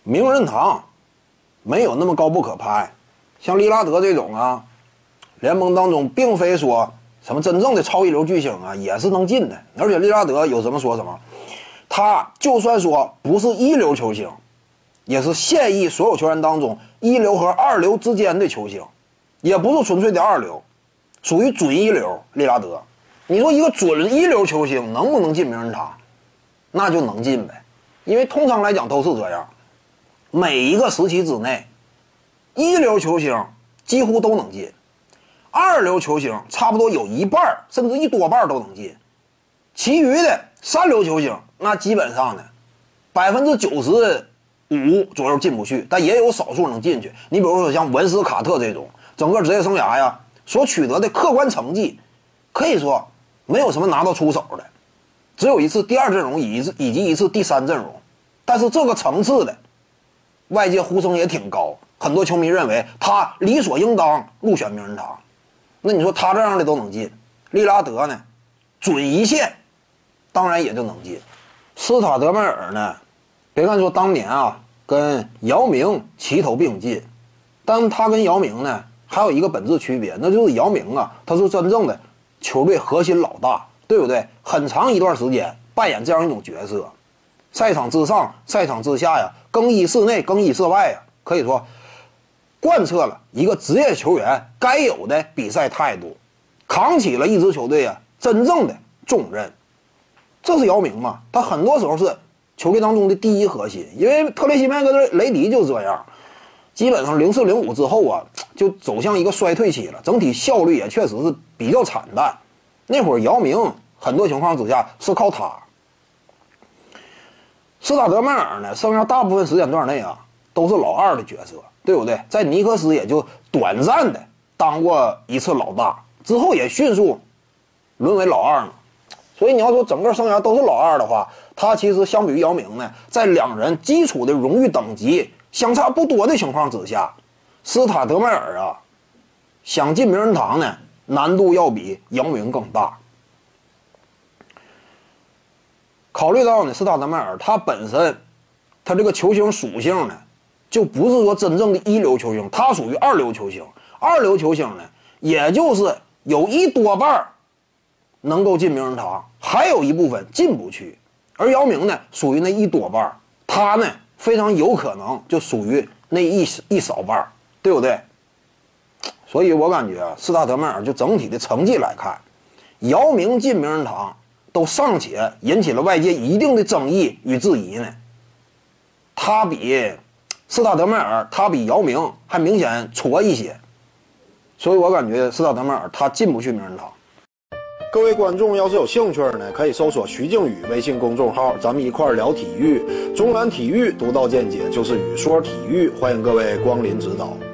名人堂没有那么高不可攀。像利拉德这种啊，联盟当中并非说什么真正的超一流巨星啊，也是能进的。而且利拉德有什么说什么，他就算说不是一流球星，也是现役所有球员当中一流和二流之间的球星，也不是纯粹的二流，属于准一流。利拉德，你说一个准一流球星能不能进名人堂？那就能进呗，因为通常来讲都是这样，每一个时期之内，一流球星几乎都能进，二流球星差不多有一半甚至一多半都能进，其余的三流球星那基本上呢，95%左右进不去，但也有少数能进去。你比如说像文斯卡特这种，整个职业生涯呀所取得的客观成绩，可以说没有什么拿到出手的，只有一次第二阵容以及一次第三阵容，但是这个层次的，外界呼声也挺高，很多球迷认为他理所应当入选名人堂。那你说他这样的都能进，利拉德呢，准一线，当然也就能进。斯塔德迈尔呢，别看说当年啊跟姚明齐头并进，但他跟姚明呢还有一个本质区别，那就是姚明啊他是真正的球队核心老大，对不对？很长一段时间扮演这样一种角色，赛场之上赛场之下呀，更衣室内更衣室外呀，可以说贯彻了一个职业球员该有的比赛态度，扛起了一支球队啊真正的重任。这是姚明嘛，他很多时候是球队当中的第一核心，因为特雷西麦跟雷迪就这样，基本上04、05之后啊，就走向一个衰退期了，整体效率也确实是比较惨淡。那会儿姚明很多情况之下是靠他。斯塔德迈尔呢，剩下大部分时间段内啊，都是老二的角色，对不对？在尼克斯也就短暂的当过一次老大，之后也迅速沦为老二嘛。所以你要说整个生涯都是老二的话，他其实相比于姚明呢，在两人基础的荣誉等级相差不多的情况之下，斯塔德迈尔啊，想进名人堂呢，难度要比姚明更大。考虑到呢，斯塔德迈尔他本身，他这个球星属性呢，就不是说真正的一流球星，他属于二流球星。二流球星呢，也就是有一多半能够进名人堂，还有一部分进不去。而姚明呢，属于那一多半，他呢非常有可能就属于那一少半，对不对？所以我感觉啊，斯塔德迈尔就整体的成绩来看，姚明进名人堂都尚且引起了外界一定的争议与质疑呢。他比斯塔德迈尔，他比姚明还明显矬一些，所以我感觉斯塔德迈尔他进不去名人堂。各位观众要是有兴趣呢，可以搜索徐静宇微信公众号，咱们一块聊体育。中南体育独到见解就是语说体育，欢迎各位光临指导。